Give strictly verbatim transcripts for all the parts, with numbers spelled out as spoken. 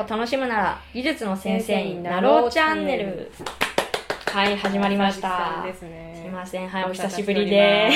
楽しむなら技術の先生になろうチャンネル。はい、始まりました。 ですね、 すいません、はい、お久しぶりです。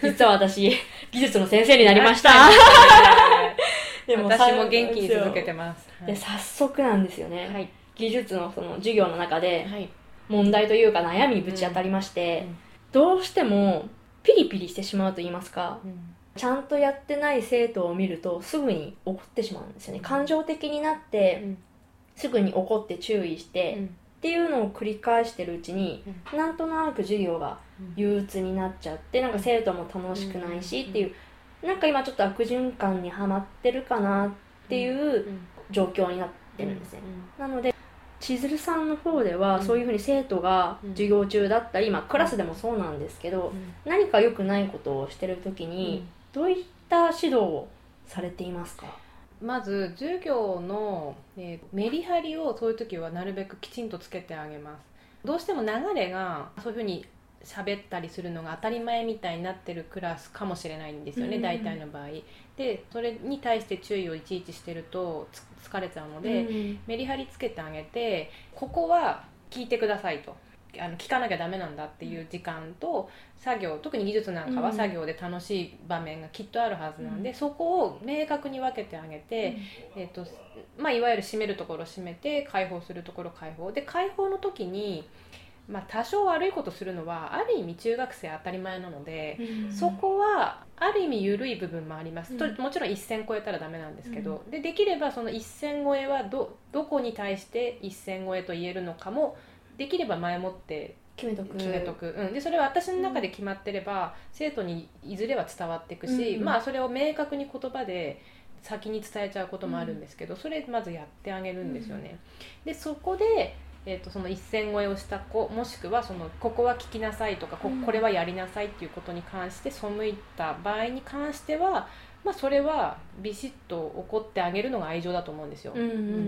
実は私、技術の先生になりました。 でも私も元気に続けてます。 で、早速なんですよね。 はい、 技術のその授業の中で、問題というか悩みにぶち当たりまして、うんうん、どうしてもピリピリしてしまうと言いますか、うん、ちゃんとやってない生徒を見るとすぐに怒ってしまうんですよね。感情的になって、うん、すぐに怒って注意して、うん、っていうのを繰り返してるうちに、うん、なんとなく授業が憂鬱になっちゃって、なんか生徒も楽しくないしっていう、なんか今ちょっと悪循環にはまってるかなっていう状況になってるんですね。なので千鶴さんの方ではそういうふうに生徒が授業中だったり、まあ、クラスでもそうなんですけど、何か良くないことをしてる時にどういった指導をされていますか？ まず授業の、えー、メリハリをそういう時はなるべくきちんとつけてあげます。どうしても流れがそういうふうに喋ったりするのが当たり前みたいになってるクラスかもしれないんですよね、うん、大体の場合で、それに対して注意をいちいちしてると疲れちゃうので、うん、メリハリつけてあげて、ここは聞いてくださいと、あの聞かなきゃダメなんだっていう時間と、作業、特に技術なんかは作業で楽しい場面がきっとあるはずなんで、うん、そこを明確に分けてあげて、うんえーとまあ、いわゆる閉めるところ閉めて、開放するところ開放で、開放の時にまあ、多少悪いことするのはある意味中学生当たり前なので、うん、そこはある意味緩い部分もあります、うん、もちろん一線超えたらダメなんですけど、うん、で, できればその一線超えは ど, どこに対して一線超えと言えるのかもできれば前もって決めとく、 決めとく、うん、でそれは私の中で決まってれば、生徒にいずれは伝わっていくし、うんまあ、それを明確に言葉で先に伝えちゃうこともあるんですけど、それまずやってあげるんですよね。でそこでえー、とその一線超えをした子、もしくはそのここは聞きなさいとか こ, これはやりなさいっていうことに関して背いた場合に関しては、まあ、それはビシッと怒ってあげるのが愛情だと思うんですよ、うんうん、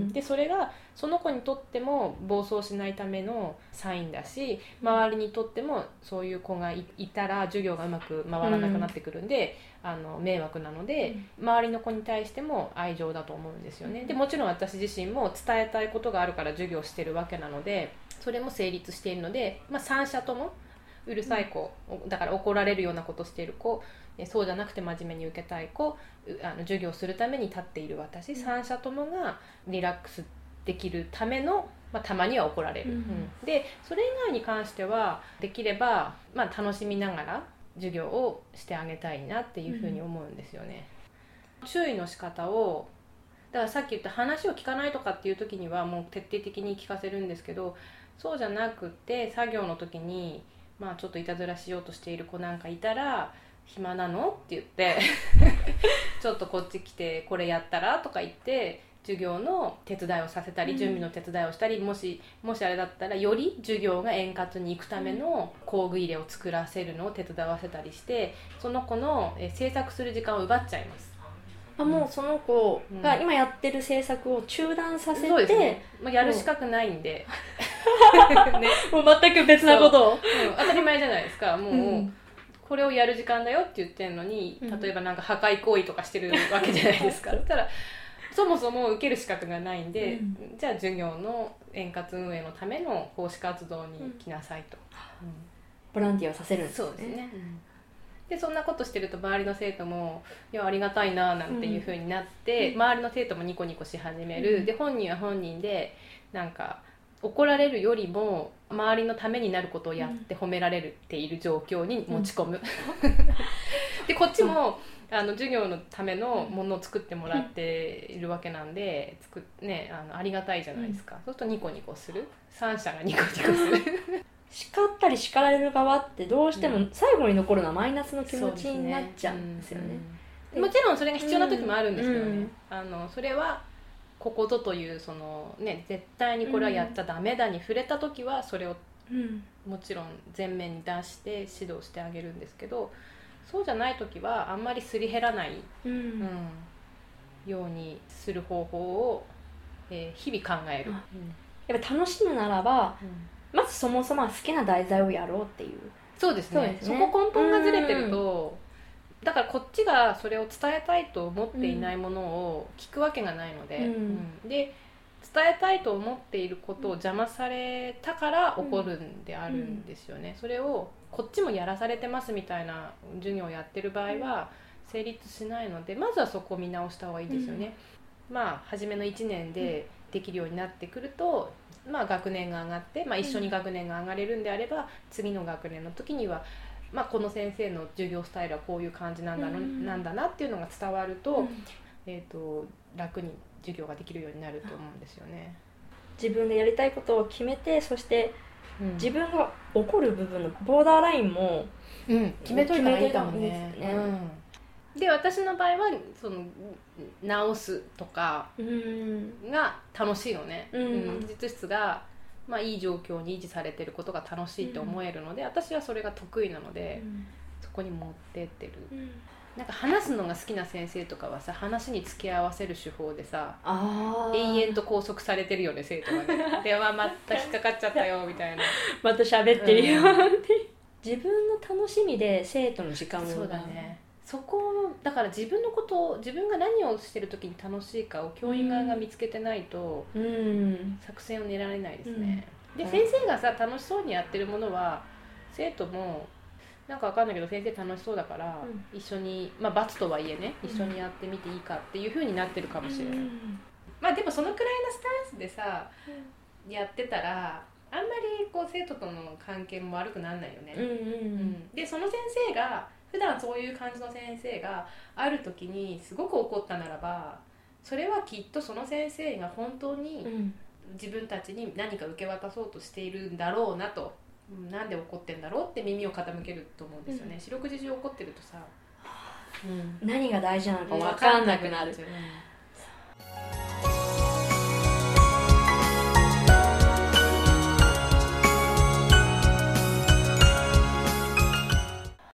でそれがその子にとっても暴走しないためのサインだし、周りにとってもそういう子が い, いたら授業がうまく回らなくなってくるんで、うん、あの迷惑なので、うん、周りの子に対しても愛情だと思うんですよね。でもちろん私自身も伝えたいことがあるから授業してるわけなので、それも成立しているので、まあ、三者ともうるさい子、だから怒られるようなことしている子、そうじゃなくて真面目に受けたい子、あの授業するために立っている私、三者ともがリラックスできるための、まあ、たまには怒られる、うんうん、でそれ以外に関してはできれば、まあ、楽しみながら授業をしてあげたいなっていうふうに思うんですよね、うん、注意の仕方を、だからさっき言った話を聞かないとかっていう時にはもう徹底的に聞かせるんですけど、そうじゃなくて作業の時に、まあ、ちょっといたずらしようとしている子なんかいたら、暇なのって言ってちょっとこっち来てこれやったらとか言って授業の手伝いをさせたり、準備の手伝いをしたり、もしもしあれだったらより授業が円滑にいくための工具入れを作らせるのを手伝わせたりして、その子の制作する時間を奪っちゃいます。 あ、もうその子が今やってる制作を中断させて、 そうですね、もうやる資格ないんでね、もう全く別なことを、 うん、当たり前じゃないですか。もう、うんこれをやる時間だよって言ってるのに、例えばなんか破壊行為とかしてるわけじゃないですか。だったらそもそも受ける資格がないんで、うん、じゃあ授業の円滑運営のための奉仕活動に来なさいと、 うんうん、ボランティアをさせるんですね。 そうですね、うん、でそんなことしてると周りの生徒もいやありがたいななんていう風になって、うん、周りの生徒もニコニコし始める、うん、で本人は本人でなんか怒られるよりも周りのためになることをやって褒められている状況に持ち込む、うん、でこっちもあの授業のためのものを作ってもらっているわけなんで、つく、ね、あのありがたいじゃないですか、うん、そうするとニコニコする、三者がニコニコする叱ったり叱られる側ってどうしても最後に残るのはマイナスの気持ちになっちゃうんですよね、 うん、もちろんそれが必要な時もあるんですけどね、うん、あのそれはここぞというその、ね、絶対にこれはやっちゃダメだに触れた時はそれをもちろん前面に出して指導してあげるんですけど、そうじゃない時はあんまりすり減らない、うんうん、ようにする方法を、えー、日々考える、うん、 やっぱ楽しむならば、うん、まずそもそも好きな題材をやろうっていう。 そうですね、そうですね、そこ根本がずれてると、だからこっちがそれを伝えたいと思っていないものを聞くわけがないので、うんうん、で伝えたいと思っていることを邪魔されたから起こるんであるんですよね、うん、それをこっちもやらされてますみたいな授業をやってる場合は成立しないので、まずはそこを見直した方がいいですよね、うん、まあ初めのいちねんでできるようになってくると、まあ、学年が上がって、まあ、一緒に学年が上がれるんであれば、次の学年の時には、まあ、この先生の授業スタイルはこういう感じなんだの、うん、なんだなっていうのが伝わると、うん、えーと、楽に授業ができるようになると思うんですよね。 自分でやりたいことを決めて、そして自分が起こる部分のボーダーラインも、 うん、決めといたらいいかもね。うん、で私の場合はその直すとかが楽しいのね、うんうん、実質が、まあ、いい状況に維持されていることが楽しいと思えるので、うん、私はそれが得意なので、うん、そこに持ってってる、うん、なんか話すのが好きな先生とかはさ、話に付き合わせる手法でさ、延々と拘束されてるよね、生徒がね。ではまた引っかかっちゃったよみたいなまた喋ってるよ、うん、自分の楽しみで生徒の時間を、 そうだね、そこだから自分のことを、自分が何をしてる時に楽しいかを教員側が見つけてないと、うん、作戦を練られないですね、うん、で先生がさ楽しそうにやってるものは生徒もなんかわかんないけど先生楽しそうだから、うん、一緒に、まあ罰とはいえね、一緒にやってみていいかっていう風になってるかもしれない、うん、まあでもそのくらいのスタンスでさ、うん、やってたらあんまりこう生徒との関係も悪くならないよね、うんうんうん、でその先生が普段そういう感じの先生がある時にすごく怒ったならば、それはきっとその先生が本当に自分たちに何か受け渡そうとしているんだろうなと、なんで怒ってんだろうって耳を傾けると思うんですよね、うん、四六時中怒ってるとさ、 うん、何が大事なのか分かんなくなる、うん